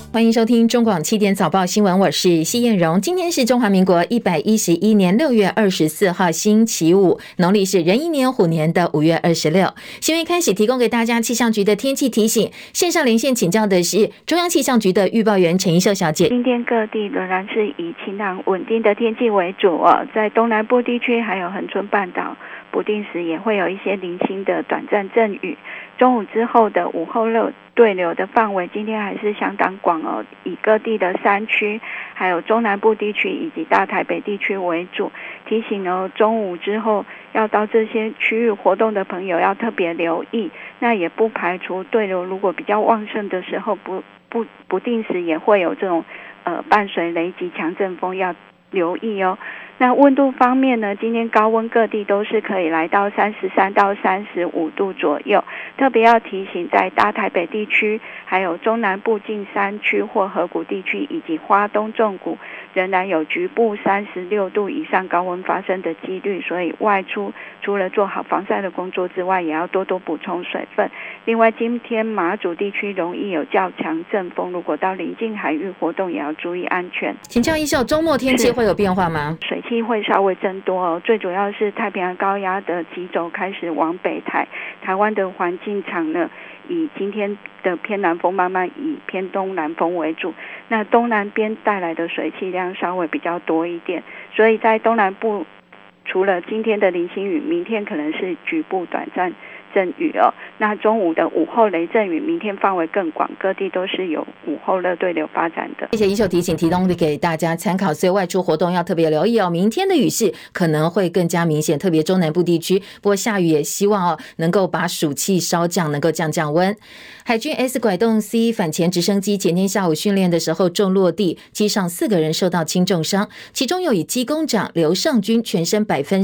欢迎收听中广7点早报新闻，我是西燕荣。今天是中华民国111年6月24号星期五，农历是壬寅年虎年的5月26。新闻开始提供给大家气象局的天气提醒，线上连线请教的是中央气象局的预报员陈怡秀小姐。 今天各地仍然是以晴朗稳定的天气为主在东南部地区还有恒春半岛不定时也会有一些零星的短暂阵雨。中午之后的午后热对流的范围今天还是相当广以各地的山区还有中南部地区以及大台北地区为主。提醒中午之后要到这些区域活动的朋友要特别留意，那也不排除对流如果比较旺盛的时候不定时也会有这种伴随雷击强阵风，要留意那温度方面呢，今天高温各地都是可以来到33到35度左右，特别要提醒在大台北地区还有中南部近山区或河谷地区以及花东纵谷仍然有局部36度以上高温发生的几率，所以外出除了做好防晒的工作之外，也要多多补充水分。另外今天马祖地区容易有较强阵风，如果到临近海域活动也要注意安全。 请教一下，周末天气会有变化吗？ 水汽会稍微增多最主要是太平洋高压的急轴开始往北抬，台湾的环境场呢以今天的偏南风慢慢以偏东南风为主，那东南边带来的水汽量稍微比较多一点，所以在东南部除了今天的零星雨，明天可能是局部短暂阵雨那中午的午后雷阵雨明天范围更广，各地都是有午后热对流发展的。 谢谢怡秀提醒，提供给大家参考，所以外出活动要特别留意明天的雨势可能会更加明显，特别中南部地区。不过下雨也希望能够把暑气稍降，能够降温。海军 S 拐洞 C 反潜直升机前天下午训练的时候重落地，机上4个人受到轻重伤，其中有以机工长刘尚军全身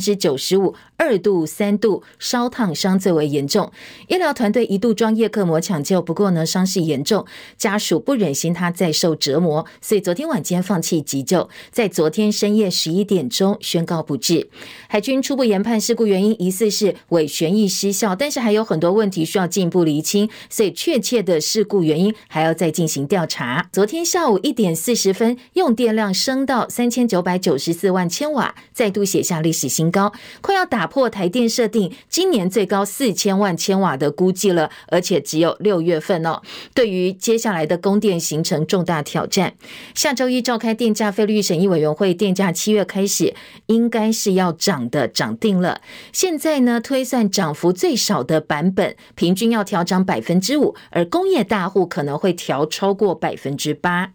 95%、2度、3度烧烫伤最为严重。医疗团队一度装叶克膜抢救，不过呢伤势严重，家属不忍心他再受折磨，所以昨天晚间放弃急救，在昨天深夜11点钟宣告不治。海军初步研判事故原因疑似是尾旋翼失效，但是还有很多问题需要进一步厘清，所以确切的事故原因还要再进行调查。昨天下午1点40分，用电量升到3994万千瓦，再度写下历史新高，快要打破台电设定今年最高4000万千瓦的估计了，而且只有6月份对于接下来的供电形成重大挑战。下周一召开电价费率审议委员会，电价7月开始应该是要涨的，涨定了。现在呢，推算涨幅最少的版本平均要调涨 5%， 而工业大户可能会调超过 8%。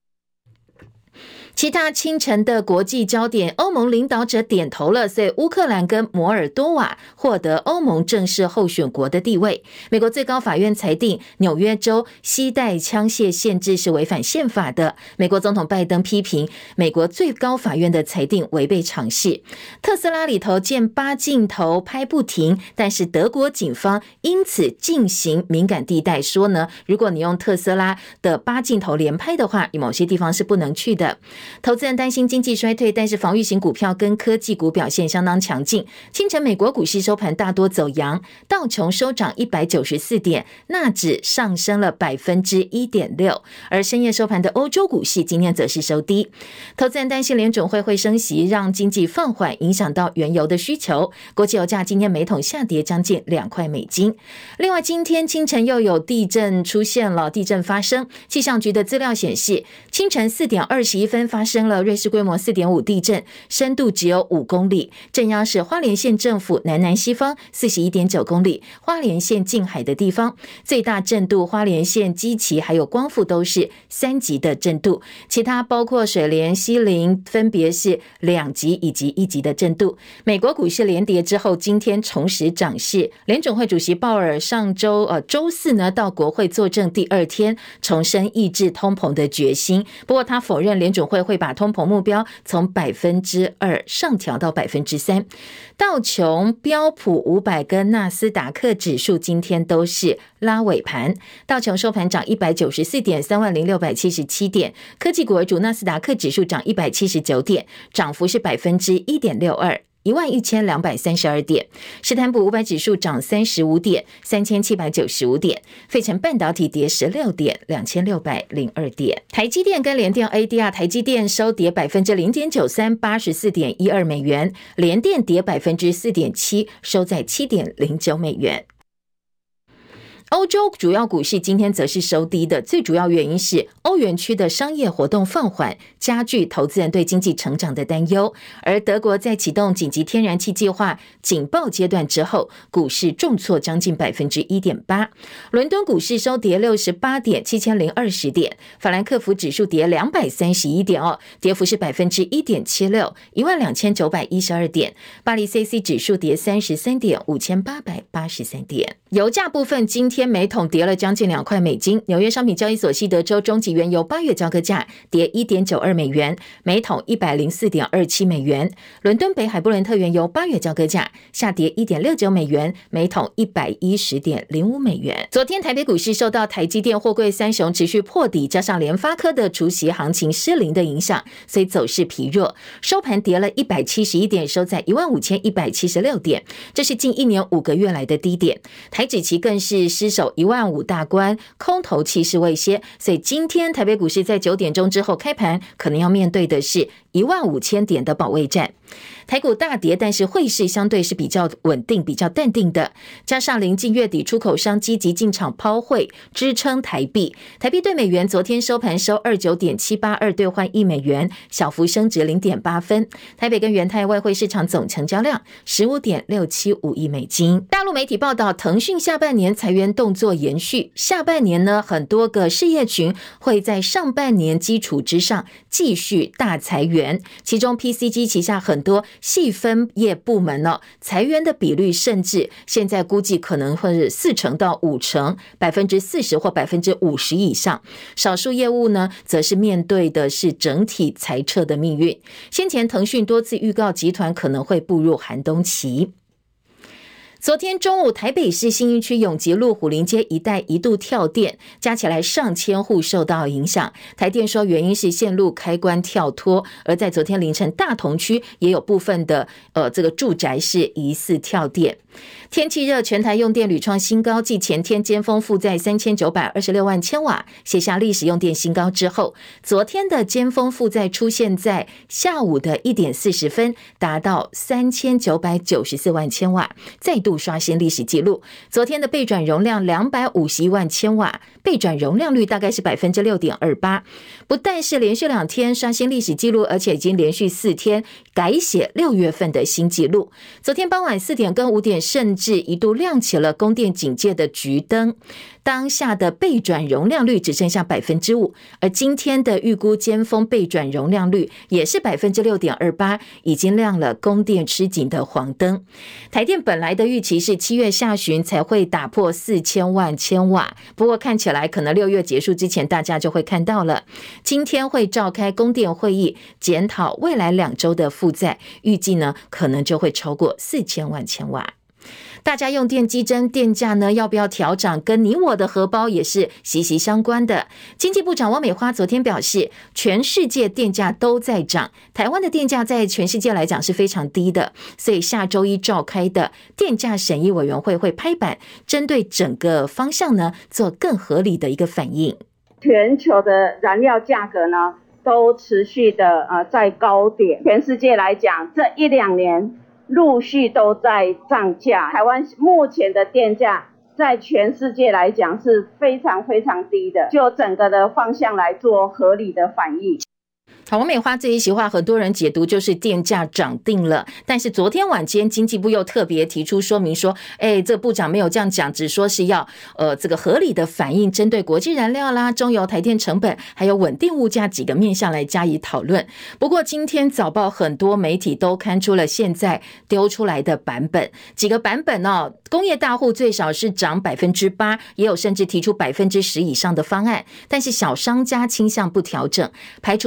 其他清晨的国际焦点，欧盟领导者点头了，所以乌克兰跟摩尔多瓦获得欧盟正式候选国的地位。美国最高法院裁定纽约州携带枪械限制是违反宪法的，美国总统拜登批评美国最高法院的裁定违背常识。特斯拉里头见8镜头拍不停，但是德国警方因此进行敏感地带，说呢，如果你用特斯拉的8镜头连拍的话，某些地方是不能去的。投资人担心经济衰退，但是防御型股票跟科技股表现相当强劲。清晨美国股市收盘大多走阳，道琼收涨194点，纳指上升了 1.6%， 而深夜收盘的欧洲股市今天则是收低。投资人担心联准会会升息，让经济放缓，影响到原油的需求。国际油价今天每桶下跌将近2块美金。另外今天清晨又有地震出现了，地震发生，气象局的资料显示，清晨4点21分发生了瑞士规模 4.5 地震，深度只有5公里，震央是花莲县政府南西方 41.9 公里，花莲县近海的地方。最大震度花莲县基期还有光复都是3级的震度，其他包括水莲、西陵分别是2级以及1级的震度。美国股市连跌之后，今天重拾涨势。联准会主席鲍尔上周四呢到国会作证第2天，重申抑制通膨的决心。不过他否认联准会把通膨目标从 2% 上调到 3%。 道琼、标普500跟纳斯达克指数今天都是拉尾盘，道琼收盘涨194点，30,677点，科技股为主，纳斯达克指数涨179点，涨幅是 1.62%。 11232点。史坦普500指数涨35点，3795点。费城半导体跌16点，2602点。台积电跟联电 ADR， 台积电收跌 0.93%， 84.12美元，联电跌 4.7%， 收在 7.09美元。欧洲主要股市今天则是收低的，最主要原因是欧元区的商业活动放缓，加剧投资人对经济成长的担忧。而德国在启动紧急天然气计划警报阶段之后，股市重挫将近 1.8%。伦敦股市收跌68点，7020点。法兰克福指数跌231点跌幅是 1.76%， 12912点。巴黎 CAC 指数跌33点，5883点。油价部分，今天每桶跌了将近2块美金。纽约商品交易所西德州中级原油8月交割价跌 1.92 美元，每桶 104.27 美元。伦敦北海布伦特原油8月交割价下跌 1.69 美元，每桶 110.05 美元。昨天台北股市受到台积电、货柜三雄持续破底，加上联发科的除息行情失灵的影响，所以走势疲弱，收盘跌了171点，收在15176点，这是近1年5个月来的低点。台指期更是失守15000大关，空头气势未歇，所以今天台北股市在9点钟之后开盘，可能要面对的是15000点的保卫战。台股大跌，但是汇市相对是比较稳定、比较淡定的，加上临近月底出口商积极进场抛汇，支撑台币。台币对美元昨天收盘收 29.782 兑换1美元，小幅升值 0.8 分。台北跟元泰外汇市场总成交量 15.675 亿美金。大陆媒体报道，腾讯下半年裁员动作延续，下半年呢，很多个事业群会在上半年基础之上继续大裁员，其中 PCG 旗下很多细分业部门裁员的比率甚至现在估计可能会是40%到50%， 40%或 50% 以上。少数业务呢，则是面对的是整体裁撤的命运。先前腾讯多次预告集团可能会步入寒冬期。昨天中午，台北市信义区永吉路虎林街一带一度跳电，加起来上千户受到影响。台电说原因是线路开关跳脱，而在昨天凌晨大同区也有部分的这个住宅是疑似跳电。天气热，全台用电屡创新高，继前天尖峰负载3926万千瓦，写下历史用电新高之后，昨天的尖峰负载出现在下午的1点40分，达到3994万千瓦，再度刷新历史记录。昨天的备转容量251万千瓦，备转容量率大概是 6.28%， 不但是连续2天刷新历史记录，而且已经连续4天改写6月份的新纪录。昨天傍晚4点跟5点甚至一度亮起了供电警戒的橘灯，当下的备转容量率只剩下 5%， 而今天的预估尖峰备转容量率也是 6.28%， 已经亮了供电吃紧的黄灯。台电本来的预期是7月下旬才会打破4000万千瓦，不过看起来可能6月结束之前大家就会看到了。今天会召开供电会议，检讨未来2周的负载，预计呢可能就会超过4000万千瓦。大家用电激增，电价呢要不要调涨，跟你我的荷包也是息息相关的。经济部长汪美花昨天表示，全世界电价都在涨，台湾的电价在全世界来讲是非常低的，所以下周一召开的电价审议委员会会拍板，针对整个方向呢做更合理的一个反应。 全球的燃料价格呢都持续的在高点，全世界来讲这1-2年陆续都在涨价，台湾目前的电价在全世界来讲是非常非常低的，就整个的方向来做合理的反应。 好，王美花这一席话，很多人解读就是电价涨定了，但是昨天晚间经济部又特别提出说明说，这部长没有这样讲，只说是要这个合理的反应，针对国际燃料啦、中油、台电成本，还有稳定物价几个面向来加以讨论。不过今天早报很多媒体都刊出了现在丢出来的版本，几个版本工业大户最少是涨 8%， 也有甚至提出 10% 以上的方案，但是小商家倾向不调整，排除内需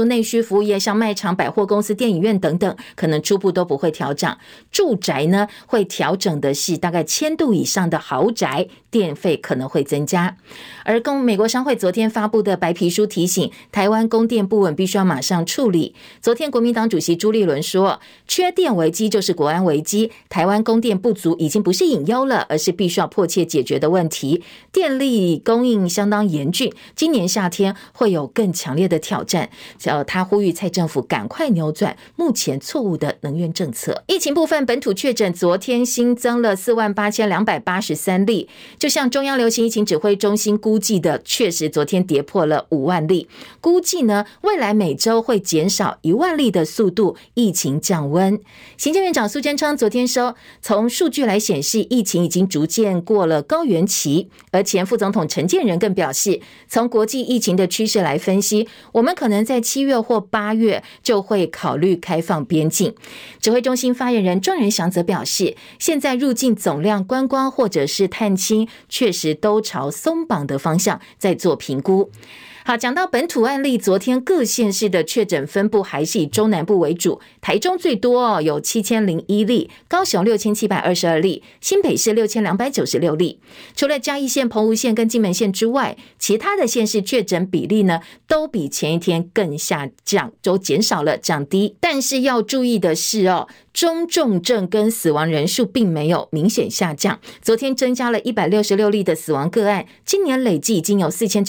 服务业，像卖场、百货公司、电影院等等，可能初步都不会调涨。住宅呢，会调整的是大概1000度以上的豪宅，电费可能会增加。而美国商会昨天发布的白皮书提醒，台湾供电不稳必须要马上处理。昨天国民党主席朱立伦说，缺电危机就是国安危机，台湾供电不足已经不是隐忧了，而是必须要迫切解决的问题。电力供应相当严峻，今年夏天会有更强烈的挑战。他呼吁蔡政府赶快扭转目前错误的能源政策。疫情部分，本土确诊昨天新增了48283例，就像中央流行疫情指挥中心估计的，确实昨天跌破了5万例。估计呢，未来每周会减少1万例的速度，疫情降温。行政院长苏贞昌昨天说，从数据来显示，疫情已经逐渐过了高原期。而前副总统陈建仁更表示，从国际疫情的趋势来分析，我们可能在7月或8月就会考虑开放边境。指挥中心发言人庄仁祥则表示，现在入境总量、观光或者是探亲，确实都朝松绑的方向在做评估。好，讲到本土案例，昨天各县市的确诊分布还是以中南部为主，台中最多有7001例，高雄6722例，新北市6296例。除了嘉义县、澎湖县跟金门县之外，其他的县市确诊比例呢，都比前一天更下降，都减少了，降低。但是要注意的是中重症跟死亡人数并没有明显下降，昨天增加了166例的死亡个案，今年累计已经有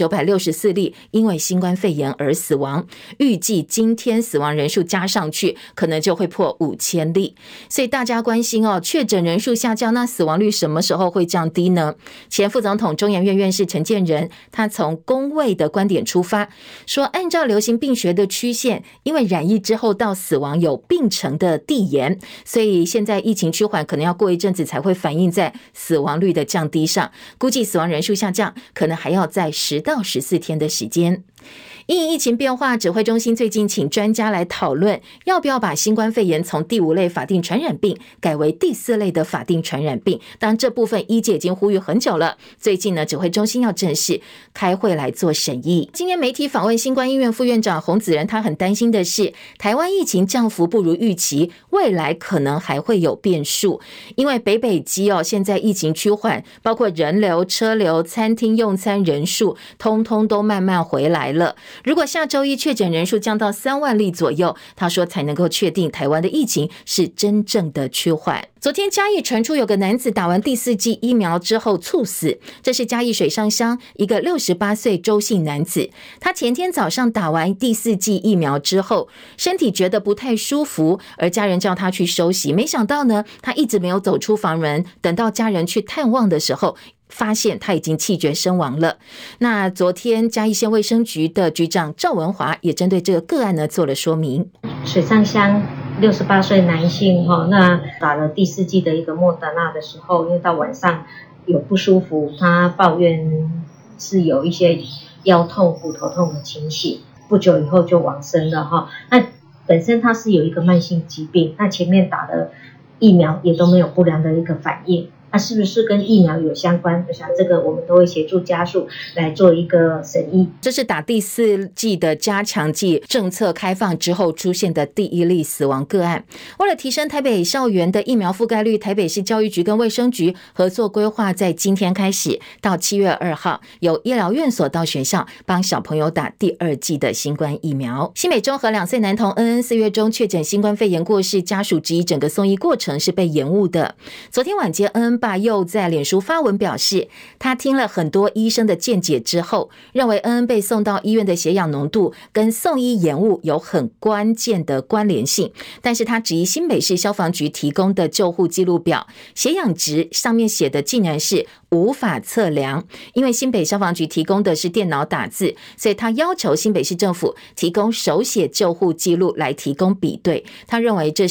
4964例因为新冠肺炎而死亡，预计今天死亡人数加上去，可能就会破5000例。所以大家关心确诊人数下降，那死亡率什么时候会降低呢？前副总统中研院院士陈建仁，他从公卫的观点出发，说按照流行病学的曲线，因为染疫之后到死亡有病程的递延，所以现在疫情趋缓，可能要过一阵子才会反映在死亡率的降低上，估计死亡人数下降可能还要在10到14天的时间。因应疫情变化，指挥中心最近请专家来讨论，要不要把新冠肺炎从第5类法定传染病改为第4类的法定传染病。当然这部分医界已经呼吁很久了，最近呢，指挥中心要正式开会来做审议。今天媒体访问新冠医院副院长洪子仁，他很担心的是，台湾疫情降幅不如预期，未来可能还会有变数。因为北基现在疫情趋缓，包括人流、车流、餐厅用餐人数，通通都慢慢回来了。如果下周一确诊人数降到3万例左右，他说才能够确定台湾的疫情是真正的趋缓。昨天嘉义传出有个男子打完第4剂疫苗之后猝死，这是嘉义水上乡一个68岁周姓男子，他前天早上打完第4剂疫苗之后，身体觉得不太舒服，而家人叫他去休息，没想到呢，他一直没有走出房门，等到家人去探望的时候，发现他已经气绝身亡了。那昨天嘉义县卫生局的局长赵文华也针对这个个案呢做了说明。 水上乡68岁男性那打了第4剂的一个莫德纳的时候，因为到晚上有不舒服，他抱怨是有一些腰痛、骨头痛的情形，不久以后就往生了那本身他是有一个慢性疾病，那前面打的疫苗也都没有不良的一个反应，那是不是跟疫苗有相关？我想这个我们都会协助家属来做一个审议。 这是打第4剂的加强剂政策开放之后出现的第1例死亡个案。为了提升台北校园的疫苗覆盖率，台北市教育局跟卫生局合作规划，在今天开始到7月2号，有医疗院所到学校帮小朋友打第2剂的新冠疫苗。新北中和2岁男童恩恩4月中确诊新冠肺炎过世，家属质疑整个送医过程是被延误的。昨天晚间恩恩爸又在脸书发文表示，他听了很多医生的见解之后，认为恩恩被送到医院的血氧浓度跟送医延误有很关键的关联性，但是他质疑新北市消防局提供的救护记录表血氧值上面写的竟然是无法测量，因为新北消防局提供的是电脑打字，所以他要求新北市政府提供手写救护记录来提供比对，他认为这是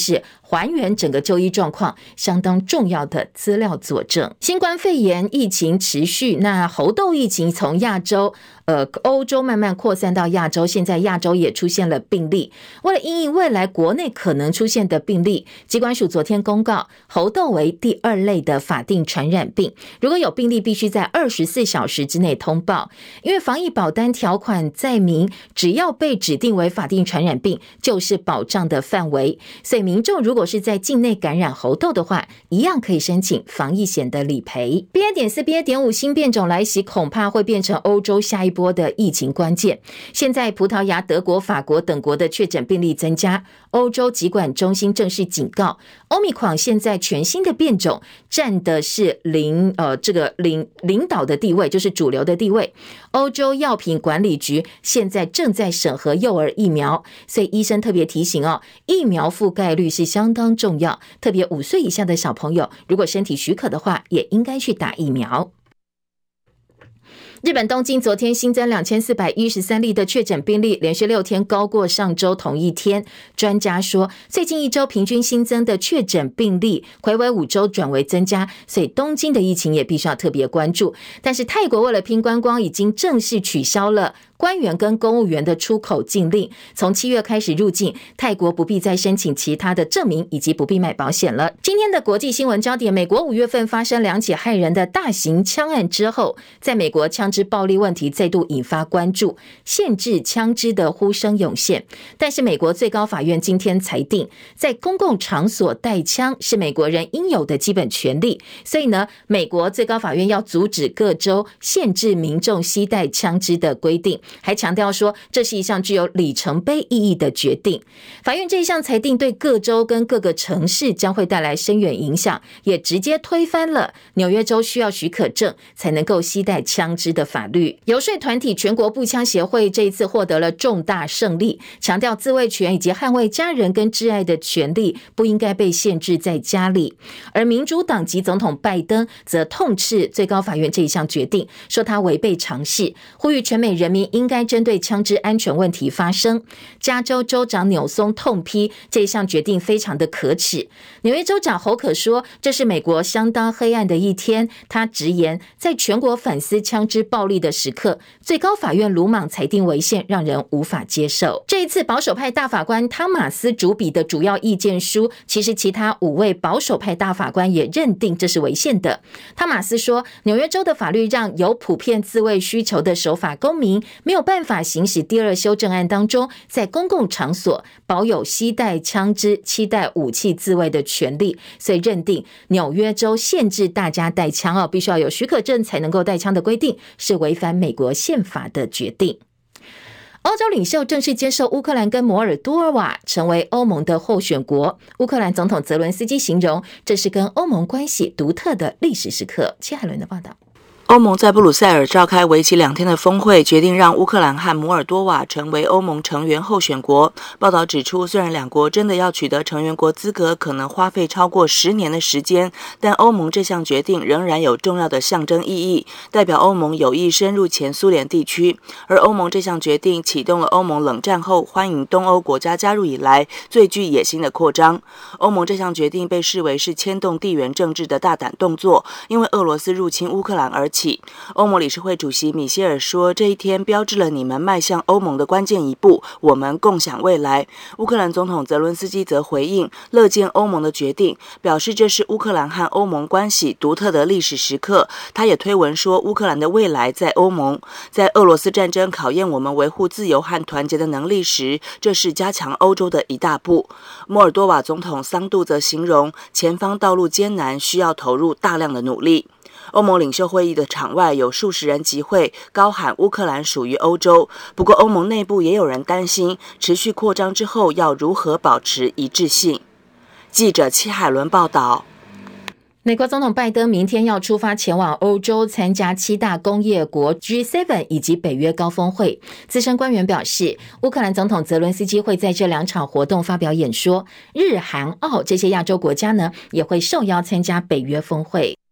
还原整个就医状况相当重要的资料佐证。新冠肺炎疫情持续，那猴痘疫情从欧洲慢慢扩散到亚洲，现在亚洲也出现了病例。为了因应未来国内可能出现的病例，疾管署昨天公告，猴痘为第2类的法定传染病，如果有病例必须在24小时之内通报。因为防疫保单条款载明，只要被指定为法定传染病就是保障的范围，所以民众如果是在境内感染猴痘的话，一样可以申请防疫险的理赔。BA.4 BA.5 新变种来袭，恐怕会变成欧洲下一波的疫情关键。现在葡萄牙、德国、法国等国的确诊病例增加，欧洲疾管中心正式警告，欧米狂现在全新的变种占的是领导的地位，就是主流的地位。欧洲药品管理局现在正在审核幼儿疫苗，所以医生特别提醒疫苗覆盖率是相当重要，特别5岁以下的小朋友，如果身体许可的话，也应该去打疫苗。日本东京昨天新增2413例的确诊病例，连续6天高过上周同一天。专家说，最近1周平均新增的确诊病例睽违5周转为增加，所以东京的疫情也必须要特别关注。但是泰国为了拼观光，已经正式取消了官员跟公务员的出口禁令，从7月开始入境，泰国不必再申请其他的证明，以及不必买保险了。今天的国际新闻焦点，美国5月份发生2起骇人的大型枪案之后，在美国枪支暴力问题再度引发关注，限制枪支的呼声涌现。但是美国最高法院今天裁定，在公共场所带枪是美国人应有的基本权利，所以呢，美国最高法院要阻止各州限制民众携带枪支的规定，还强调说这是一项具有里程碑意义的决定。法院这一项裁定对各州跟各个城市将会带来深远影响，也直接推翻了纽约州需要许可证才能够携带枪支的法律。游说团体全国步枪协会这一次获得了重大胜利，强调自卫权以及捍卫家人跟挚爱的权利不应该被限制在家里。而民主党籍总统拜登则痛斥最高法院这一项决定，说他违背常识，呼吁全美人民应该针对枪支安全问题发声。加州州长纽松痛批这一项决定非常的可耻。纽约州长侯可说，这是美国相当黑暗的一天。他直言，在全国反思枪支暴力的时刻，最高法院鲁莽裁定违宪，让人无法接受。这一次保守派大法官汤马斯主笔的主要意见书，其实其他5位保守派大法官也认定这是违宪的。汤马斯说，纽约州的法律让有普遍自卫需求的守法公民没有办法行使第2修正案当中在公共场所保有携带枪支、携带武器自卫的权利，所以认定纽约州限制大家带枪必须要有许可证才能够带枪的规定是违反美国宪法的决定。欧洲领袖正式接受乌克兰跟摩尔多瓦成为欧盟的候选国。乌克兰总统泽伦斯基形容这是跟欧盟关系独特的历史时刻。戚海伦的报道。 欧盟在布鲁塞尔召开为期2天的峰会，决定让乌克兰和摩尔多瓦成为欧盟成员候选国。报道指出，虽然2国真的要取得成员国资格可能花费超过10年的时间，但欧盟这项决定仍然有重要的象征意义，代表欧盟有意深入前苏联地区。而欧盟这项决定启动了欧盟冷战后欢迎东欧国家加入以来最具野心的扩张。欧盟这项决定被视为是牵动地缘政治的大胆动作，因为俄罗斯入侵乌克兰而起。欧盟理事会主席米歇尔说，这一天标志了你们迈向欧盟的关键一步，我们共享未来。乌克兰总统泽伦斯基则回应，乐见欧盟的决定，表示这是乌克兰和欧盟关系独特的历史时刻。他也推文说，乌克兰的未来在欧盟。在俄罗斯战争考验我们维护自由和团结的能力时，这是加强欧洲的一大步。摩尔多瓦总统桑杜则形容，前方道路艰难，需要投入大量的努力。欧盟领袖会议的场外有数十人集会，高喊乌克兰属于欧洲。不过欧盟内部也有人担心，持续扩张之后要如何保持一致性。记者戚海伦报道。 美国总统拜登明天要出发前往欧洲参加7大工业国 G7 以及北约高峰会。资深官员表示，乌克兰总统泽伦斯基会在这2场活动发表演说，日韩澳这些亚洲国家呢也会受邀参加北约峰会。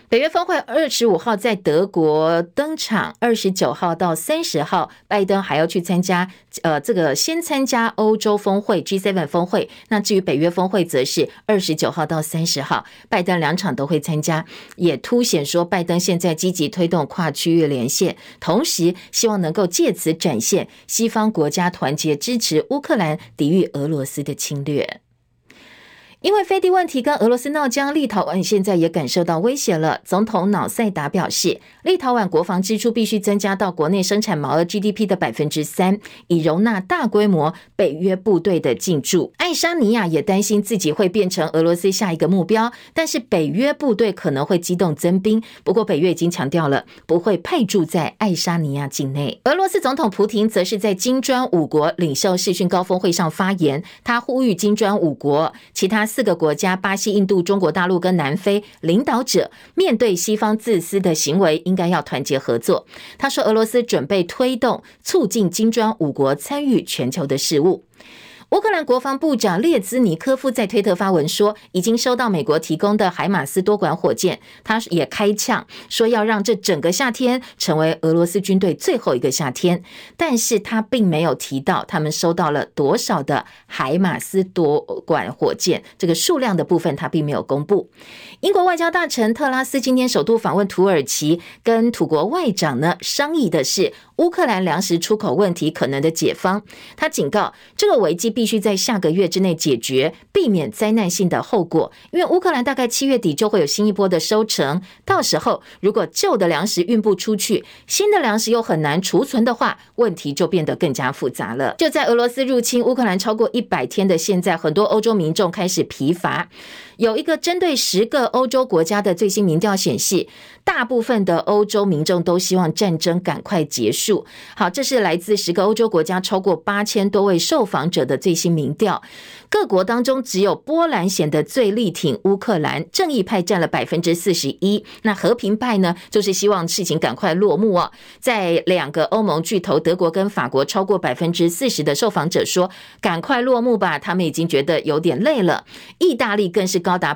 北约峰会25号在德国登场，29号到30号，拜登还要去参加先参加欧洲峰会 G7 峰会。那至于北约峰会则是29号到30号，拜登两场都会参加，也凸显说拜登现在积极推动跨区域连线，同时希望能够借此展现西方国家团结支持乌克兰抵御俄罗斯的侵略。因为飞地问题跟俄罗斯闹僵，立陶宛现在也感受到威胁了。总统瑙塞达表示，立陶宛国防支出必须增加到国内生产毛额 GDP 的 3%， 以容纳大规模北约部队的进驻。爱沙尼亚也担心自己会变成俄罗斯下一个目标，但是北约部队可能会机动增兵，不过北约已经强调了不会派驻在爱沙尼亚境内。俄罗斯总统普亭则是在金砖5国领袖视讯高峰会上发言，他呼吁金砖5国其他4个国家巴西、印度、中国大陆跟南非领导者面对西方自私的行为应该要团结合作。他说俄罗斯准备推动促进金砖5国参与全球的事务。乌克兰国防部长列兹尼科夫在推特发文说，已经收到美国提供的海马斯多管火箭，他也开枪说要让这整个夏天成为俄罗斯军队最后一个夏天，但是他并没有提到他们收到了多少的海马斯多管火箭，这个数量的部分他并没有公布。英国外交大臣特拉斯今天首度访问土耳其，跟土国外长呢商议的是乌克兰粮食出口问题可能的解方。他警告这个危机必须在下个月之内解决，避免灾难性的后果，因为乌克兰大概7月底就会有新一波的收成，到时候如果旧的粮食运不出去，新的粮食又很难储存的话，问题就变得更加复杂了。就在俄罗斯入侵乌克兰超过100天的现在，很多欧洲民众开始疲乏。有一个针对10个欧洲国家的最新民调显示，大部分的欧洲民众都希望战争赶快结束。好，这是来自10个欧洲国家超过8000多位受访者的最新民调。各国当中只有波兰显得最力挺乌克兰，正义派占了 41%， 那和平派呢就是希望事情赶快落幕哦。在2个欧盟巨头德国跟法国，超过 40% 的受访者说赶快落幕吧，他们已经觉得有点累了。意大利更是高达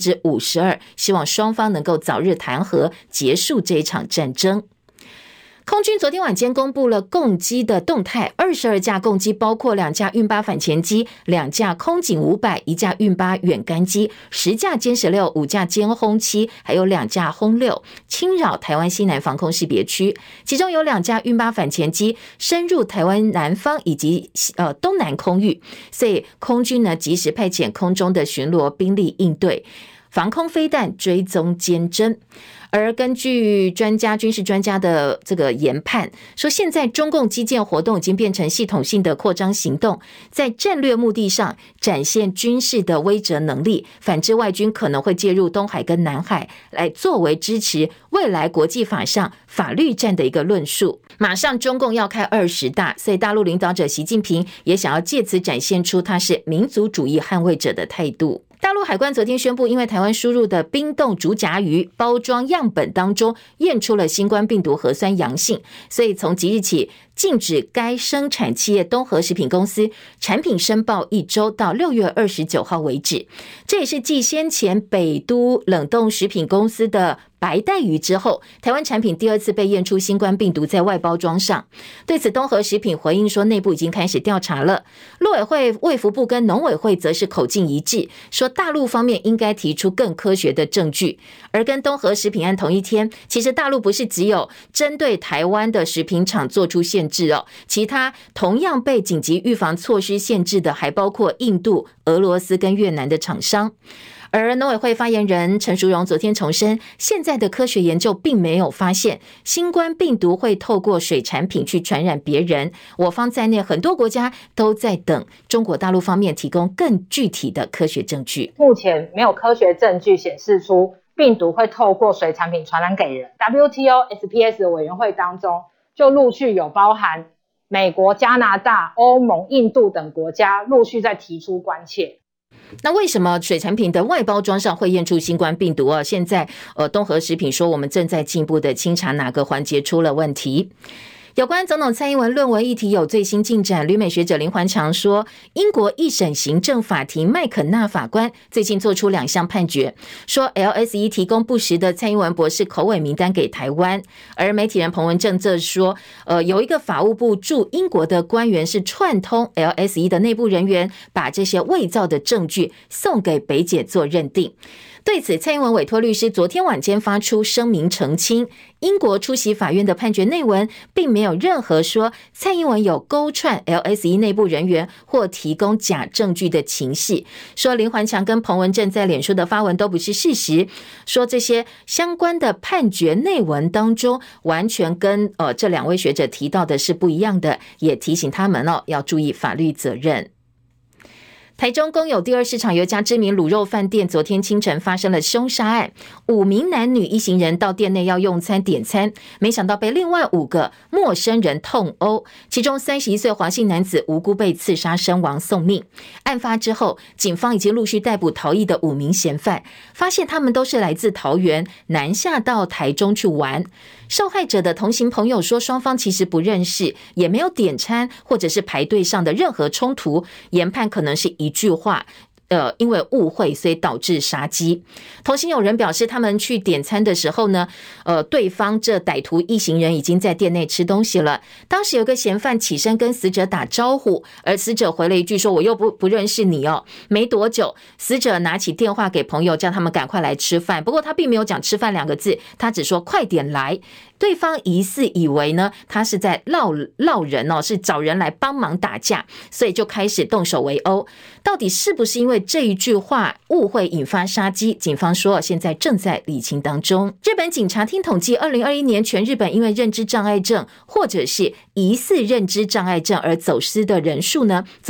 52%， 希望双方能够早日谈和，结束这一场战争。空军昨天晚间公布了共机的动态，22架共机包括2架运8反潜机、2架空警500、1架运8远干机、10架歼16、5架歼轰7，还有2架轰6，侵扰台湾西南防空识别区。其中有2架运8反潜机深入台湾南方以及东南空域，所以空军呢及时派遣空中的巡逻兵力应对防空飞弹追踪监侦。而根据军事专家的这个研判说，现在中共基建活动已经变成系统性的扩张行动，在战略目的上展现军事的威慑能力，反之外军可能会介入东海跟南海，来作为支持未来国际法上法律战的一个论述。马上中共要开20大，所以大陆领导者习近平也想要借此展现出他是民族主义捍卫者的态度。大陆海关昨天宣布，因为台湾输入的冰冻竹荚鱼包装样本当中验出了新冠病毒核酸阳性，所以从即日起禁止该生产企业东和食品公司产品申报1周到6月29号为止。这也是继先前北都冷冻食品公司的白带鱼之后，台湾产品第2次被验出新冠病毒在外包装上。对此，东和食品回应说，内部已经开始调查了。陆委会、卫福部跟农委会则是口径一致，说大陆方面应该提出更科学的证据。而跟东和食品案同一天，其实大陆不是只有针对台湾的食品厂做出限制哦，其他同样被紧急预防措施限制的还包括印度、俄罗斯跟越南的厂商。而农委会发言人陈淑荣昨天重申，现在的科学研究并没有发现新冠病毒会透过水产品去传染别人。我方在内很多国家都在等中国大陆方面提供更具体的科学证据。 目前没有科学证据显示出病毒会透过水产品传染给人。 WTO SPS 的委员会当中就陆续有包含美国、加拿大、欧盟、印度等国家陆续在提出关切。 那为什么水产品的外包装上会验出新冠病毒啊？现在东和食品说，我们正在进一步的清查哪个环节出了问题。 有关总统蔡英文论文议题有最新进展，旅美学者林环强说，英国一审行政法庭麦肯纳法官最近做出2项判决，说 LSE 提供不实的蔡英文博士口尾名单给台湾，而媒体人彭文正则说，有一个法务部驻英国的官员是串通 LSE 的内部人员，把这些伪造的证据送给北检做认定。对此，蔡英文委托律师昨天晚间发出声明澄清，英国出席法院的判决内文并没有任何说蔡英文有勾串 LSE 内部人员或提供假证据的情势，说林环强跟彭文正在脸书的发文都不是事实，说这些相关的判决内文当中完全跟这2位学者提到的是不一样的，也提醒他们要注意法律责任。台中公有第2市场有一家知名卤肉饭店，昨天清晨发生了凶杀案，5名男女一行人到店内要用餐点餐，没想到被另外5个陌生人痛殴，其中31岁黄姓男子无辜被刺杀身亡送命。案发之后，警方已经陆续逮捕逃逸的5名嫌犯，发现他们都是来自桃园南下到台中去玩。受害者的同行朋友说，双方其实不认识，也没有点餐或者是排队上的任何冲突，研判可能是一句话因为误会所以导致杀机。同行有人表示，他们去点餐的时候呢，对方这歹徒一行人已经在店内吃东西了。当时有个嫌犯起身跟死者打招呼，而死者回了一句说我又不认识你哦。没多久，死者拿起电话给朋友，叫他们赶快来吃饭。不过他并没有讲吃饭2个字，他只说快点来。对方疑似以为呢，他是在闹人哦，是找人来帮忙打架，所以就开始动手围殴。到底是不是因为这一句话误会引发杀机？警方说现在正在理清当中。日本警察厅统计，2021年全日本因为认知障碍症或者是疑似认知障碍症而走失的人数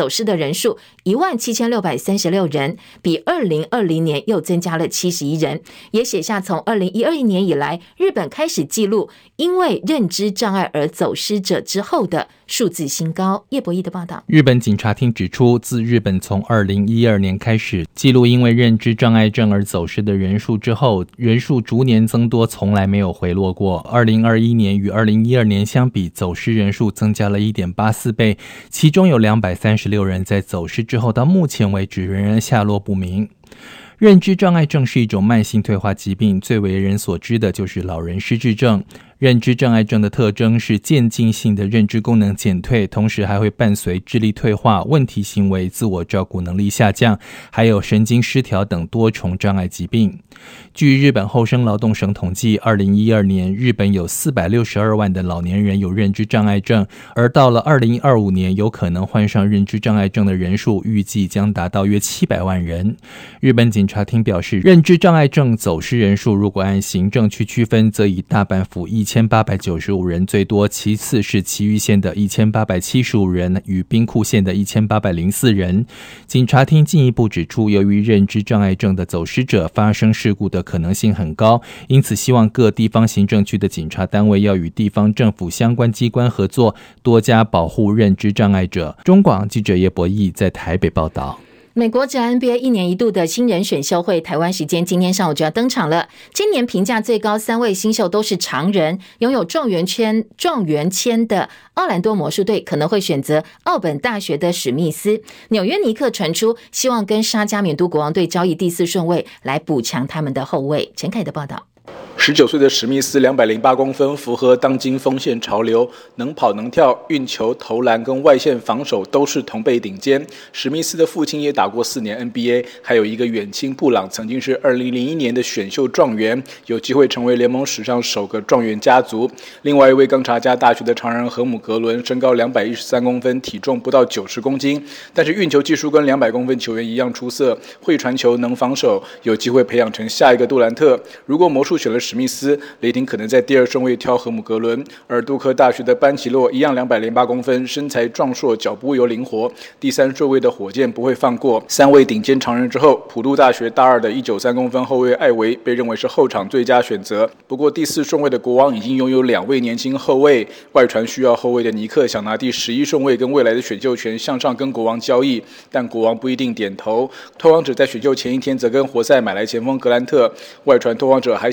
17636人，比2020年又增加了71人，也写下从2012年以来日本开始记录因为认知障碍而走失者之后的数字新高。叶博弈的报道。 日本警察厅指出，自日本从2012年开始记录因为认知障碍症而走失的人数之后，人数逐年增多，从来没有回落过。2021年与2012年相比，走失人数增加了 1.84 倍，其中有236人在走失之后到目前为止仍然下落不明。认知障碍症是一种慢性退化疾病，最为人所知的就是老人失智症。认知障碍症的特征是渐进性的认知功能减退，同时还会伴随智力退化、问题行为、自我照顾能力下降，还有神经失调等多重障碍疾病。据日本厚生劳动省统计，2012年日本有462万的老年人有认知障碍症，而到了2025年有可能患上认知障碍症的人数预计将达到约700万人。日本警察厅表示，认知障碍症走失人数如果按行政区区分，则以大阪府1895人最多，其次是埼玉县的1875人与兵库县的1804人。警察厅进一步指出，由于认知障碍症的走失者发生事故的可能性很高，因此希望各地方行政区的警察单位要与地方政府相关机关合作，多加保护认知障碍者。中广记者叶博弈在台北报道。 美国职 NBA 1年1度的新人选秀会，台湾时间今天上午就要登场了。今年评价最高3位新秀都是常人，拥有状元签的奥兰多魔术队可能会选择奥本大学的史密斯。纽约尼克传出希望跟沙加缅度国王队交易第4顺位来补强他们的后卫。陈凯的报道。 19岁的史密斯208公分，符合当今锋线潮流，能跑能跳，运球、投篮跟外线防守都是同辈顶尖。史密斯的父亲也打过4年 NBA， 还有一个远亲布朗曾经是2001年的选秀状元，有机会成为联盟史上首个状元家族。另外一位冈察加大学的常人河姆格伦，身高213公分，体重不到90公斤，但是运球技术跟200公分球员一样出色，会传球，能防守，有机会培养成下一个杜兰特。如果魔术选了史密斯，雷霆可能在第2顺位挑河姆格伦，而杜克大学的班奇洛一样208公分，身材壮硕，脚步又灵活。第3顺位的火箭不会放过。3位顶尖常人之后，普渡大学大2的193公分后卫艾维被认为是后场最佳选择。不过第4顺位的国王已经拥有2位年轻后卫，外传需要后卫的尼克想拿第11顺位跟未来的选秀权向上跟国王交易，但国王不一定点头。拓荒者在选秀前一天则跟活塞买来前锋格兰特，外传拓荒者还想用第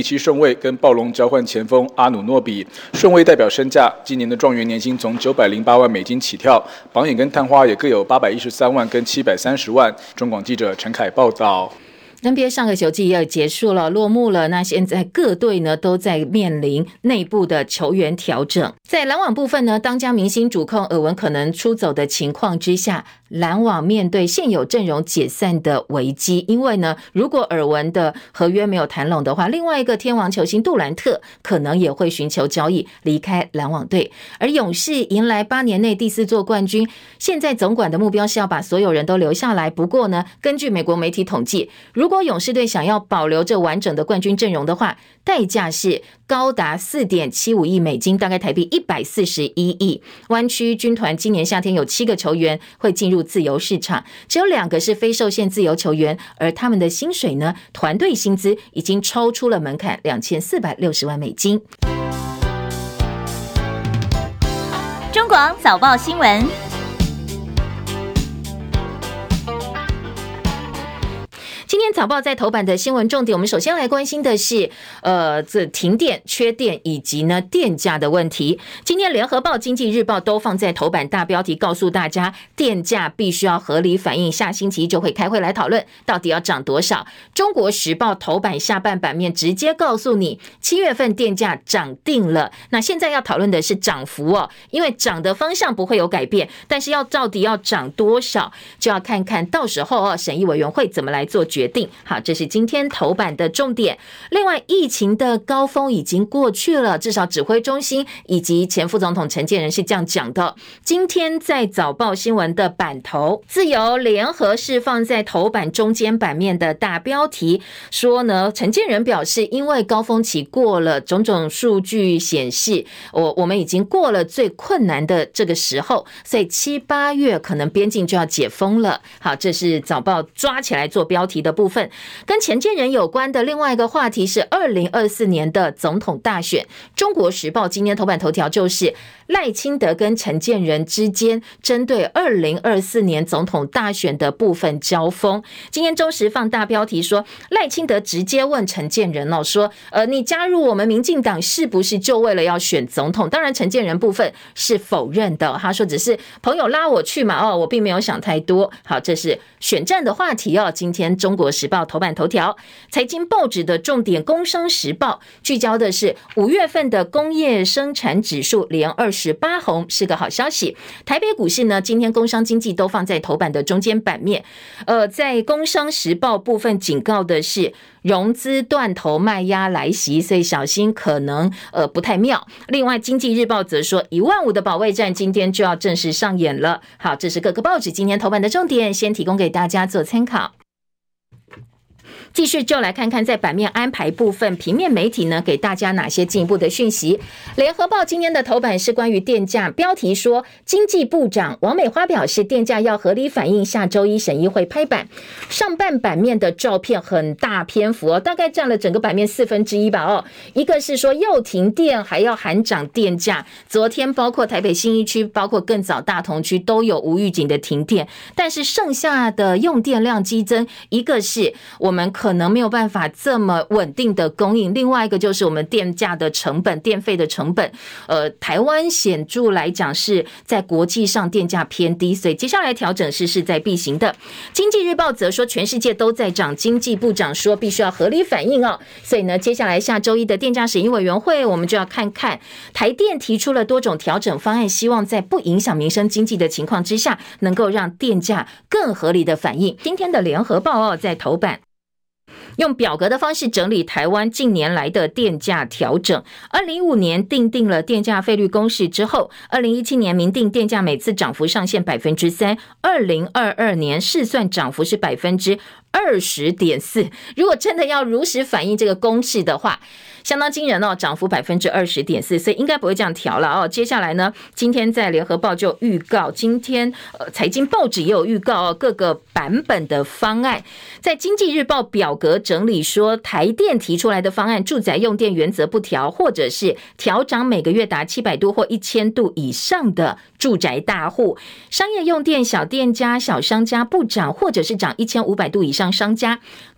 第7顺位，跟暴龙交换前锋阿努诺比。顺位代表身价，今年的状元年薪从908万美金起跳，榜眼跟探花也各有813万跟730万。中广记者陈凯报道。 NBA 上个球季也结束了，落幕了。那现在各队呢都在面临内部的球员调整。在篮网部分呢，当家明星主控耳闻可能出走的情况之下，篮网面对现有阵容解散的危机。因为呢，如果耳闻的合约没有谈拢的话，另外一个天王球星杜兰特可能也会寻求交易离开篮网队。而勇士迎来8年内第4座冠军，现在总管的目标是要把所有人都留下来。不过呢，根据美国媒体统计，如果勇士队想要保留这完整的冠军阵容的话，代价是高达 4.75 亿美金，大概台币141亿。湾区军团今年夏天有7个球员会进入自由市场，只有2个是非受限自由球员，而他们的薪水呢，团队薪资已经超出了门槛2460万美金。 中广早报新闻。 今天早报在头版的新闻重点，我们首先来关心的是这停电、缺电以及呢电价的问题。今天联合报、经济日报都放在头版大标题，告诉大家电价必须要合理反映，下星期就会开会来讨论到底要涨多少。中国时报头版下半版面直接告诉你7月份电价涨定了。那现在要讨论的是涨幅哦，因为涨的方向不会有改变，但是到底要涨多少，就要看看到时候审议委员会怎么来做决定。好，这是今天头版的重点。另外，疫情的高峰已经过去了，至少指挥中心以及前副总统陈建仁是这样讲的。今天在早报新闻的版头，自由联合是放在头版中间版面的大标题，说呢，陈建仁表示，因为高峰期过了，种种数据显示，我们已经过了最困难的这个时候，所以7、8月可能边境就要解封了。好，这是早报抓起来做标题的部分。跟陈建仁有关的另外一个话题是2024年的总统大选。中国时报今天头版头条就是赖清德跟陈建仁之间针对2024年总统大选的部分交锋。今天中时放大标题说，赖清德直接问陈建仁说你加入我们民进党是不是就为了要选总统？当然陈建仁部分是否认的，他说只是朋友拉我去嘛，我并没有想太多。好，这是选战的话题今天中国时报头版头条。财经报纸的重点，工商时报聚焦的是5月份的工业生产指数连28红，是个好消息。台北股市呢，今天工商经济都放在头版的中间版面。在工商时报部分警告的是融资断头卖压来袭，所以小心可能不太妙。另外经济日报则说15000的保卫战今天就要正式上演了。好，这是各个报纸今天头版的重点，先提供给大家做参考。继续就来看看在版面安排部分，平面媒体呢给大家哪些进一步的讯息。联合报今天的头版是关于电价，标题说经济部长王美花表示电价要合理反映，下周一审议会拍板。上半版面的照片很大篇幅大概占了整个版面1/4吧一个是说又停电还要喊涨电价，昨天包括台北信义区，包括更早大同区都有无预警的停电，但是剩下的用电量激增，一个是我们可能没有办法这么稳定的供应，另外一个就是我们电价的成本、电费的成本，台湾显著来讲是在国际上电价偏低，所以接下来调整是势在必行的。经济日报则说全世界都在涨，经济部长说必须要合理反应所以呢，接下来下周一的电价审议委员会，我们就要看看台电提出了多种调整方案，希望在不影响民生经济的情况之下，能够让电价更合理的反应。今天的联合报在头版用表格的方式整理台湾近年来的电价调整。2015年订定了电价费率公式之后，2017年明定电价每次涨幅上限 3%，2022 年试算涨幅是 20.4%。 如果真的要如实反映这个公式的话，相当惊人涨幅 20.4%， 所以应该不会这样调了接下来呢，今天在联合报就预告，今天财经报纸也有预告各个版本的方案。在经济日报表格整理说，台电提出来的方案，住宅用电原则不调，或者是调涨每个月达700度或1000度以上的住宅大户，商业用电小店家、小商家不涨，或者是涨1500度以上商家。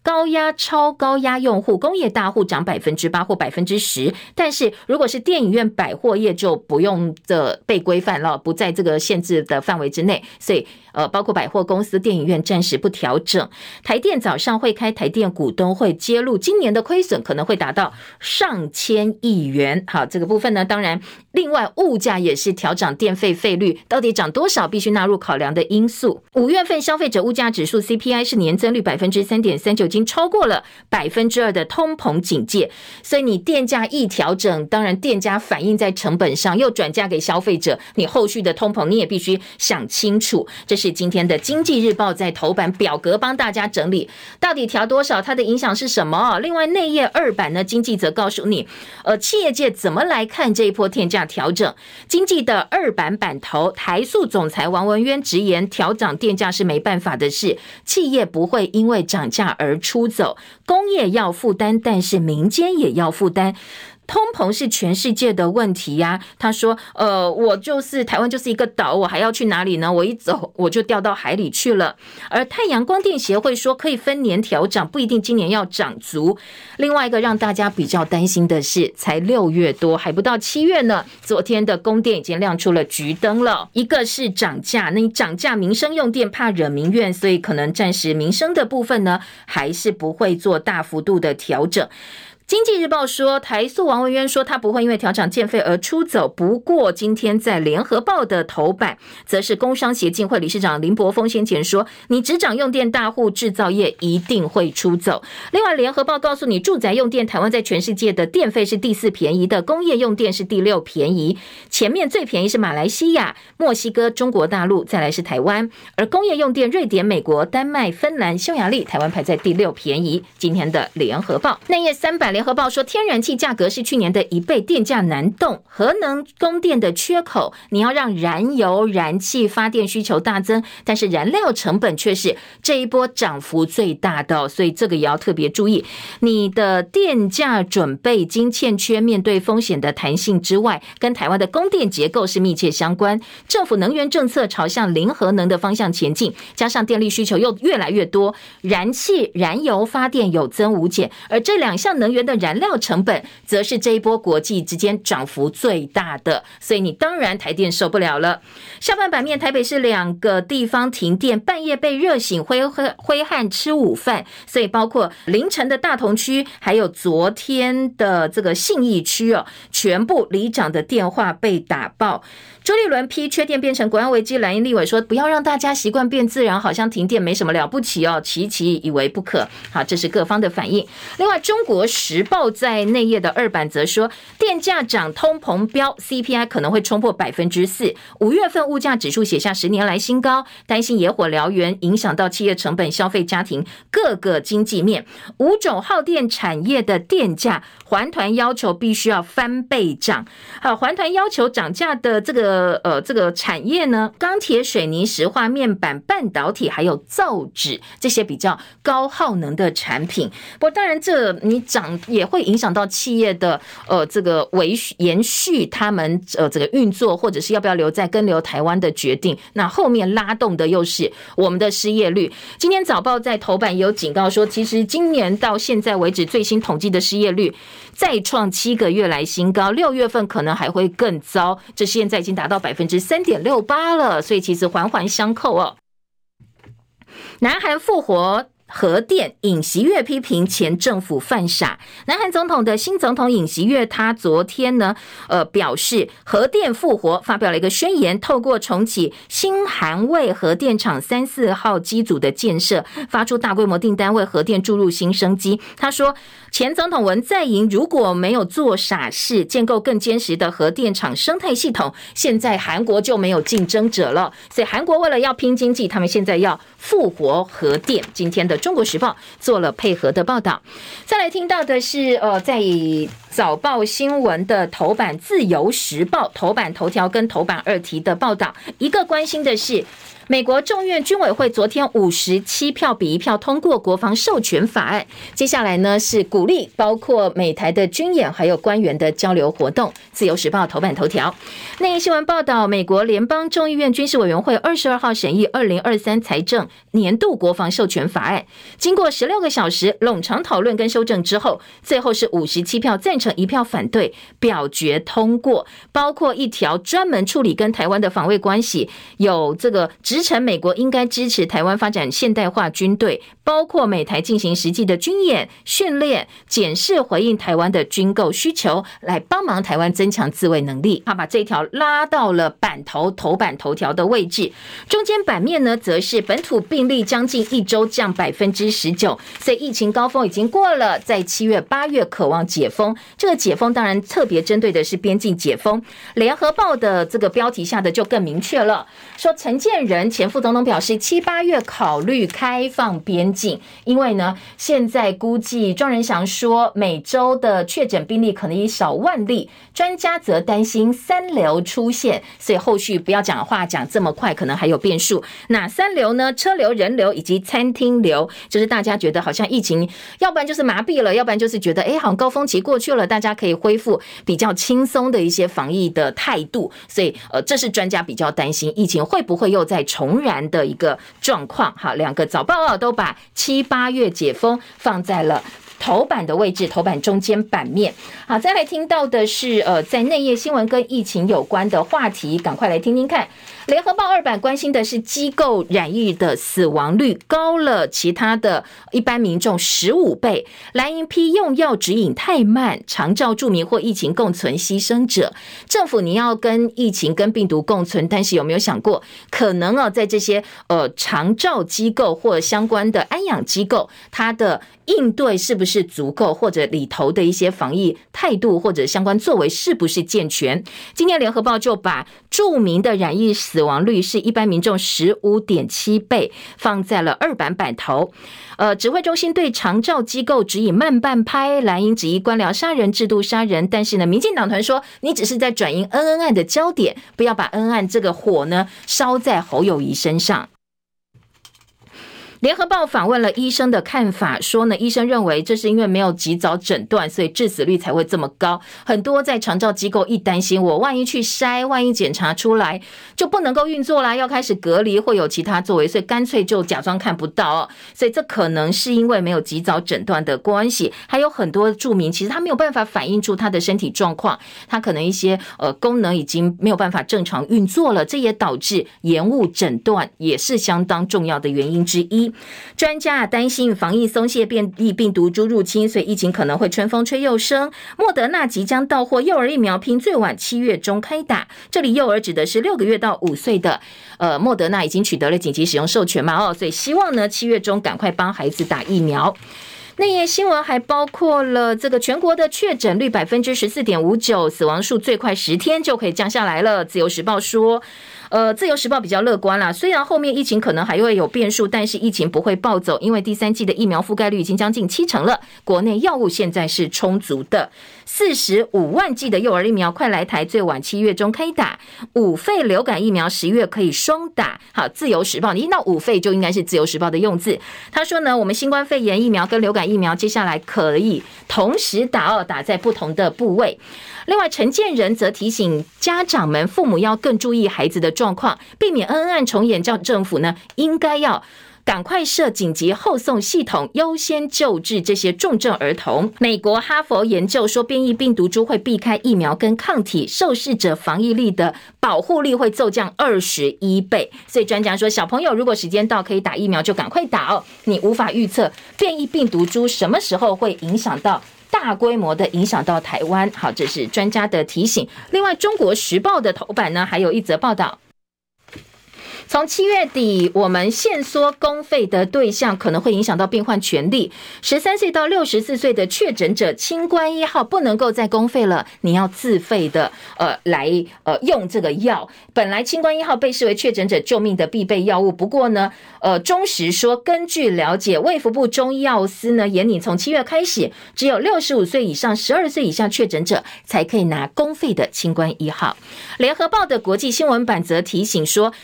高压、超高压用户、工业大户涨 8% 或 10%， 但是如果是电影院、百货业就不用被规范了，不在这个限制的范围之内，所以包括百货公司、电影院暂时不调整。台电早上会开台电股东会，揭露今年的亏损可能会达到上千亿元。好，这个部分呢，当然另外物价也是调涨电费费率，到底涨多少必须纳入考量的因素。5月份消费者物价指数 CPI 是年增率 3.39%， 已经超过了 2% 的通膨警戒，所以你电价一调整，当然电价反映在成本上，又转嫁给消费者，你后续的通膨你也必须想清楚。这是今天的经济日报在头版表格帮大家整理，到底调多少，它的影响是什么。另外内页2版呢，经济则告诉你企业界怎么来看这一波电价调整。经济的2版版头，台塑总裁王文渊直言，调涨电价是没办法的事，企业不会因为涨价而出走，工业要负担，但是民间也要负担。通膨是全世界的问题呀，他说我就是台湾就是一个岛，我还要去哪里呢？我一走我就掉到海里去了。而太阳光电协会说可以分年调涨，不一定今年要涨足。另外一个让大家比较担心的是，才6月多还不到7月呢，昨天的供电已经亮出了橘灯了。一个是涨价，那你涨价民生用电怕惹民怨，所以可能暂时民生的部分呢还是不会做大幅度的调整。经济日报说，台塑王文渊说他不会因为调涨电费而出走，不过今天在联合报的头版则是工商协进会理事长林柏峰先前说，你只涨用电大户制造业一定会出走。另外联合报告诉你，住宅用电台湾在全世界的电费是第4便宜的，工业用电是第6便宜，前面最便宜是马来西亚、墨西哥、中国大陆，再来是台湾，而工业用电瑞典、美国、丹麦、芬兰、匈牙利，台湾排在第6便宜。今天的联合报内页3版，联合报说，天然气价格是去年的1倍，电价难动，核能供电的缺口，你要让燃油、燃气发电需求大增，但是燃料成本却是这一波涨幅最大的，所以这个也要特别注意。你的电价准备金欠缺，面对风险的弹性之外，跟台湾的供电结构是密切相关。政府能源政策朝向零核能的方向前进，加上电力需求又越来越多，燃气、燃油发电有增无减，而这2项能源的燃料成本则是这一波国际之间涨幅最大的，所以你当然台电受不了了。下半版面，台北市2个地方停电，半夜被热醒挥汗吃午饭，所以包括凌晨的大同区，还有昨天的这个信义区全部里长的电话被打爆。周立伦批缺电变成国安危机，蓝营立委说不要让大家习惯变自然，好像停电没什么了不起期以为不可。好，这是各方的反应。另外中国时报在内页的2版则说，电价涨通膨飙， CPI 可能会冲破 4%， 5月份物价指数写下10年来新高，担心野火燎原影响到企业成本、消费家庭各个经济面。5种耗电产业的电价环团要求必须要翻倍涨。好，环团要求涨价的这个产业呢，钢铁、水泥、石化、面板、半导体还有造纸，这些比较高耗能的产品。不过当然这你涨也会影响到企业的这个延续他们这个运作，或者是要不要留在跟留台湾的决定。那后面拉动的又是我们的失业率。今天早报在头版也有警告说，其实今年到现在为止最新统计的失业率再创7个月来新高，6月份可能还会更糟，这现在已经达到 3.68% 了，所以其实环环相扣南韩复活核电，尹锡悦批评前政府犯傻。南韩总统的新总统尹锡悦，他昨天呢表示核电复活，发表了一个宣言，透过重启新韩卫核电厂3、4号机组的建设，发出大规模订单，为核电注入新生机。他说，前总统文在寅如果没有做傻事，建构更坚实的核电厂生态系统，现在韩国就没有竞争者了。所以韩国为了要拼经济，他们现在要复活核电。今天的中国时报做了配合的报道。再来听到的是在早报新闻的头版，自由时报头版头条跟头版2题的报道，一个关心的是美国众院军委会昨天57票比1票通过国防授权法案，接下来呢是鼓励包括美台的军演还有官员的交流活动。自由时报头版头条，内页新闻报道，美国联邦众议院军事委员会22号审议2023财政年度国防授权法案，经过16个小时冗长讨论跟修正之后，最后是57票赞成1票反对表决通过，包括一条专门处理跟台湾的防卫关系，有这个直陈美国应该支持台湾发展现代化军队，包括美台进行实际的军演训练检视，回应台湾的军购需求，来帮忙台湾增强自卫能力。他把这条拉到了头版头条的位置，中间版面呢则是本土病例将近1周降 19%， 所以疫情高峰已经过了，在7月8月渴望解封。这个解封当然特别针对的是边境解封，联合报的这个标题下的就更明确了，说陈建仁前副总统表示7、8月考虑开放边境，因为呢现在估计庄人祥说每周的确诊病例可能以少万例，专家则担心3流出现，所以后续不要讲话讲这么快，可能还有变数。哪3流呢？车流、人流以及餐厅流，就是大家觉得好像疫情要不然就是麻痹了，要不然就是觉得好像高峰期过去了，大家可以恢复比较轻松的一些防疫的态度，所以这是专家比较担心疫情会不会又再重燃的一个状况。好，两个早报都把7、8月解封放在了头版的位置，头版中间版面。好，再来听到的是在内页新闻跟疫情有关的话题，赶快来听听看。联合报2版关心的是机构染疫的死亡率高了其他的一般民众15倍，蓝营批用药指引太慢，长照住民或疫情共存牺牲者。政府你要跟疫情跟病毒共存，但是有没有想过可能在这些长照机构或相关的安养机构，它的应对是不是足够，或者里头的一些防疫态度或者相关作为是不是健全。今天联合报就把著名的染疫死亡率是一般民众 15.7 倍放在了2版版头。指挥中心对长照机构指引慢半拍，蓝营质疑官僚杀人制度杀人，但是呢民进党团说你只是在转移恩恩案的焦点，不要把恩恩案这个火呢烧在侯友宜身上。联合报访问了医生的看法，说呢，医生认为这是因为没有及早诊断，所以致死率才会这么高。很多在长照机构一担心，我万一去筛，万一检查出来就不能够运作啦，要开始隔离，会有其他作为，所以干脆就假装看不到所以这可能是因为没有及早诊断的关系。还有很多住民其实他没有办法反映出他的身体状况，他可能一些功能已经没有办法正常运作了，这也导致延误诊断，也是相当重要的原因之一。专家担心防疫松懈，变异病毒株入侵，所以疫情可能会春风吹又生。莫德纳即将到货，幼儿疫苗拼最晚7月中开打。这里幼儿指的是6个月到5岁的，莫德纳已经取得了紧急使用授权嘛，所以希望呢7月中赶快帮孩子打疫苗。内页新闻还包括了这个全国的确诊率 14.59%， 死亡数最快10天就可以降下来了。自由时报说自由时报比较乐观啦，虽然后面疫情可能还会有变数，但是疫情不会暴走，因为第3剂的疫苗覆盖率已经将近70%了，国内药物现在是充足的。45万剂的幼儿疫苗快来台，最晚7月中开打。5费流感疫苗10月可以双打。好，自由时报你听到5费就应该是自由时报的用字。他说呢，我们新冠肺炎疫苗跟流感疫苗接下来可以同时打打在不同的部位。另外陈建仁则提醒家长们，父母要更注意孩子的状况，避免恩恩案重演，叫政府呢应该要赶快设紧急后送系统，优先救治这些重症儿童。美国哈佛研究说，变异病毒株会避开疫苗跟抗体，受试者防疫力的保护力会骤降21倍。所以专家说，小朋友如果时间到可以打疫苗就赶快打你无法预测变异病毒株什么时候会影响到大规模的影响到台湾。好，这是专家的提醒。另外中国时报的头版呢还有一则报道，从7月底，我们限缩公费的对象可能会影响到病患权利。13岁到64岁的确诊者，清冠1号不能够再公费了，你要自费的来用这个药。本来清冠1号被视为确诊者救命的必备药物，不过呢，中时说，根据了解，卫福部中医药司呢严拟从7月开始，只有65岁以上、12岁以下确诊者才可以拿公费的清冠1号。联合报的国际新闻版则提醒说，新冠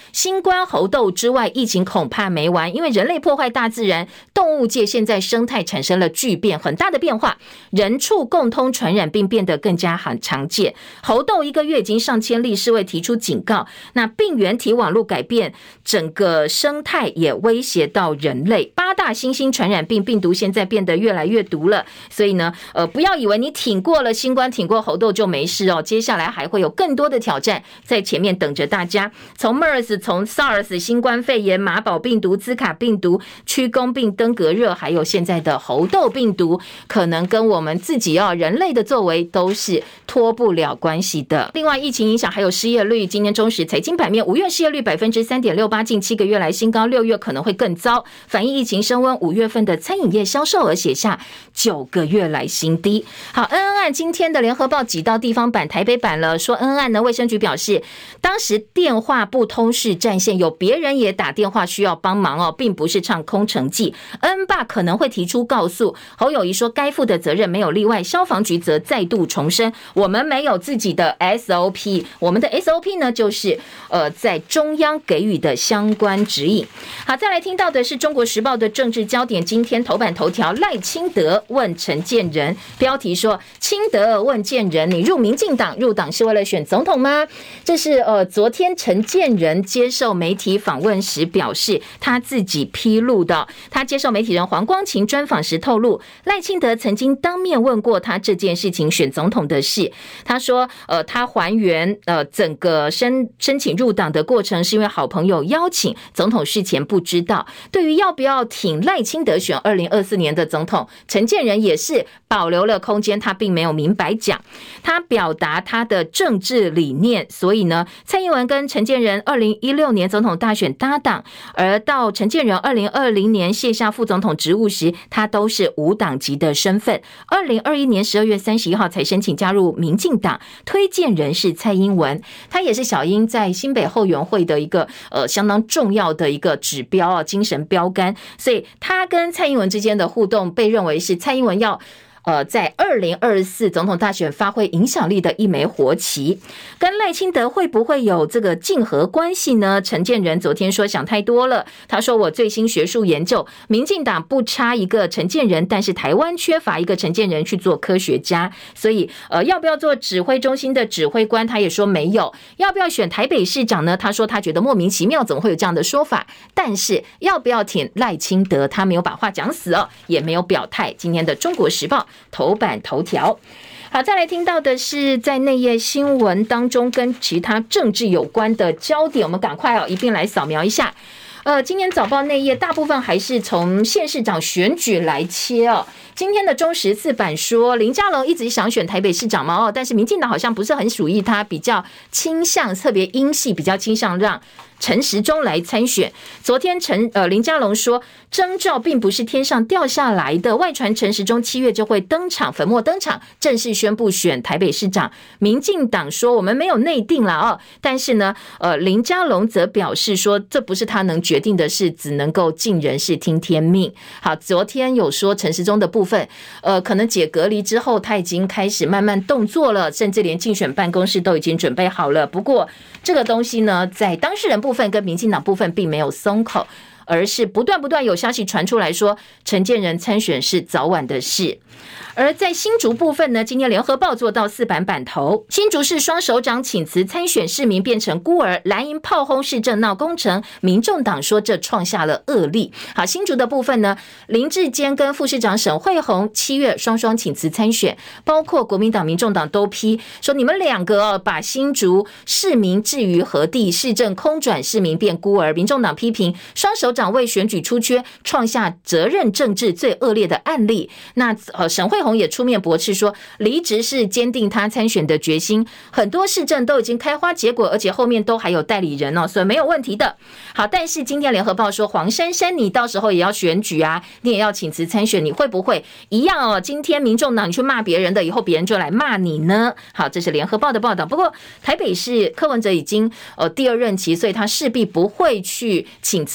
冠猴痘之外，疫情恐怕没完，因为人类破坏大自然，动物界现在生态产生了巨变，很大的变化，人畜共通传染病变得更加很常见。猴痘1个月已经上千例，世卫提出警告，那病原体网络改变整个生态，也威胁到人类。8大新兴传染病病毒现在变得越来越毒了，所以呢，不要以为你挺过了新冠，挺过猴痘就没事哦，接下来还会有更多的挑战在前面等着大家。从 MERS， 从 SARS 新冠肺炎、马宝病毒、兹卡病毒、曲弓病、登革热，还有现在的猴痘病毒，可能跟我们自己人类的作为都是脱不了关系的。另外，疫情影响还有失业率，今天中时财经版面，5月失业率 3.68%， 近7个月来新高，6月可能会更糟，反映疫情升温。5月份的餐饮业销售额写下9个月来新低。好，恩恩案今天的联合报挤到地方版台北版了，说恩恩案呢，卫生局表示当时电话不通式占线，有别人也打电话需要帮忙并不是唱空城计。恩爸可能会提出告诉。侯友宜说该负的责任没有例外，消防局则再度重申，我们没有自己的 SOP， 我们的 SOP 呢就是在中央给予的相关指引。好，再来听到的是中国时报的政治焦点，今天头版头条赖清德问陈建仁，标题说清德问建仁，你入民进党入党是为了选总统吗？这是昨天陈建仁接受媒体访问时表示他自己披露的。他接受媒体人黄光琴专访时透露，赖清德曾经当面问过他这件事情选总统的事。他说他还原整个申请入党的过程是因为好朋友邀请，总统事前不知道。对于要不要挺赖清德选2024年的总统，陈建仁也是保留了空间，他并没有明白讲，他表达他的政治理念。所以呢，蔡英文跟陈建仁2016年总统大选搭档，而到陈建仁2020年卸下副总统职务时，他都是无党籍的身份。2021年12月31号才申请加入民进党，推荐人是蔡英文，他也是小英在新北后援会的一个相当重要的一个指标精神标杆，所以他跟蔡英文之间的互动被认为是蔡英文要在2024总统大选发挥影响力的一枚活棋。跟赖清德会不会有这个竞合关系呢？陈建仁昨天说想太多了，他说我最新学术研究，民进党不差一个陈建仁，但是台湾缺乏一个陈建仁去做科学家，所以要不要做指挥中心的指挥官，他也说没有。要不要选台北市长呢？他说他觉得莫名其妙，怎么会有这样的说法？但是要不要挺赖清德，他没有把话讲死也没有表态。今天的中国时报头版头条。好，再来听到的是在内页新闻当中跟其他政治有关的焦点，我们赶快一并来扫描一下。今天早报内页大部分还是从县市长选举来切今天的中时4版说，林佳龙一直想选台北市长嘛但是民进党好像不是很属意他，比较倾向特别英系，比较倾向让陈时中来参选。昨天林佳龙说，征召并不是天上掉下来的，外传陈时中7月就会登场，粉墨登场，正式宣布选台北市长。民进党说我们没有内定了但是呢，林佳龙则表示说，这不是他能决定的事，只能够尽人事听天命。好，昨天有说陈时中的部分，可能解隔离之后，他已经开始慢慢动作了，甚至连竞选办公室都已经准备好了。不过这个东西呢，在当事人部分跟民进党部分并没有松口，而是不断有消息传出来说，陈建仁参选是早晚的事。而在新竹部分呢，今天联合报做到4版版头，新竹市双首长请辞参选市民变成孤儿，蓝营炮轰市政闹工程，民众党说这创下了恶例。好，新竹的部分呢，林志坚跟副市长沈慧虹7月双请辞参选，包括国民党、民众党都批说，你们两个把新竹市民置于何地，市政空转，市民变孤儿。民众党批评双首长为选举出缺，创下责任政治最恶劣的案例。那沈慧虹也出面驳斥说，离职是坚定他参选的决心，很多市政都已经开花结果，而且后面都还有代理人所以没有问题的。好，但是今天联合报说，黄珊珊你到时候也要选举你也要请辞参选，你会不会一样今天民众党你去骂别人的，以后别人就来骂你呢？好，这是联合报的报道。不过台北市柯文哲已经第2任期，所以他势必不会去请辞参选。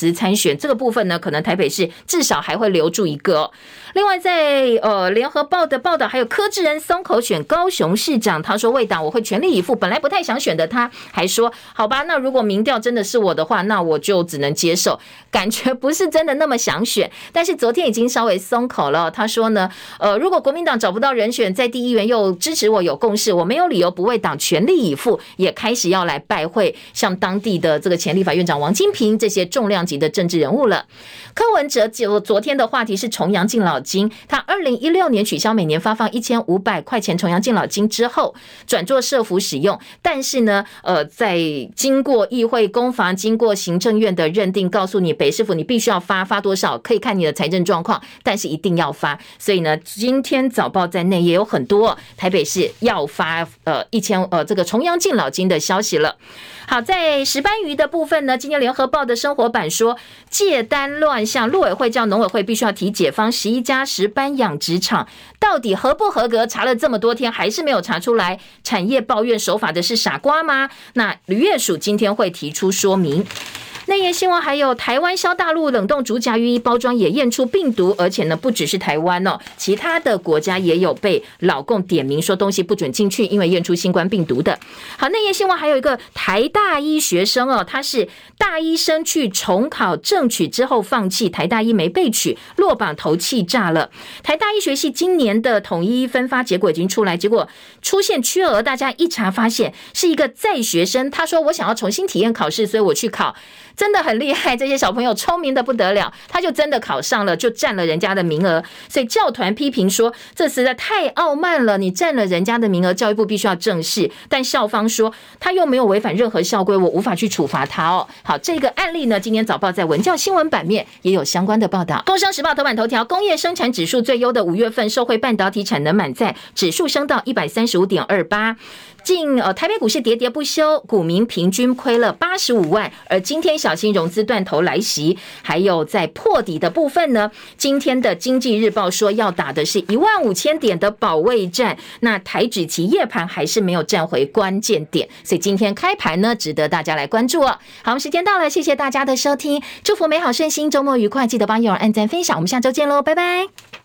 选，这个部分呢，可能台北市至少还会留住一个。另外在联合报的报道，还有柯志恩松口选高雄市长，他说为党我会全力以赴，本来不太想选的他还说好吧，那如果民调真的是我的话，那我就只能接受，感觉不是真的那么想选，但是昨天已经稍微松口了。他说呢如果国民党找不到人选，在地议员又支持我有共识，我没有理由不为党全力以赴，也开始要来拜会像当地的这个前立法院长王金平这些重量级的政治人物了。柯文哲昨天的话题是重阳敬老金，他2016年取消每年发放1500块钱重阳敬老金之后，转做社福使用，但是呢在经过议会公罚，经过行政院的认定，告诉你北市府你必须要发多少，可以看你的财政状况，但是一定要发。所以呢，今天早报在内也有很多台北市要发这个重阳敬老金的消息了。好，在石斑鱼的部分呢，今天联合报的生活版说，借单乱象，陆委会叫农委会必须要提解方，11家石斑养殖场到底合不合格？查了这么多天还是没有查出来，产业抱怨守法的是傻瓜吗？那旅业署今天会提出说明。内页新闻还有台湾销大陆冷冻竹夹鱼衣包装也验出病毒，而且呢不只是台湾哦，其他的国家也有被老共点名说东西不准进去，因为验出新冠病毒的。好，内页新闻还有一个台大医学生哦，他是大医生去重考正取之后放弃，台大医没被取，落榜头气炸了。台大医学系今年的统一分发结果已经出来，结果出现缺额，大家一查发现是一个在学生，他说我想要重新体验考试，所以我去考。真的很厉害，这些小朋友聪明的不得了，他就真的考上了，就占了人家的名额。所以教团批评说这实在太傲慢了，你占了人家的名额，教育部必须要正视。但校方说他又没有违反任何校规，我无法去处罚他哦。好，这个案例呢，今天早报在文教新闻版面也有相关的报道。工商时报头版头条，工业生产指数最优的5月份，受惠半导体产能满载，指数升到 135.28。近台北股市喋喋不休，股民平均亏了85万，而今天小心融资断头来袭，还有在破底的部分呢，今天的经济日报说要打的是15000点的保卫战，那台指期夜盘还是没有站回关键点，所以今天开盘呢值得大家来关注哦。好，我们时间到了，谢谢大家的收听，祝福美好顺心，周末愉快，记得帮友人按赞分享，我们下周见喽，拜拜。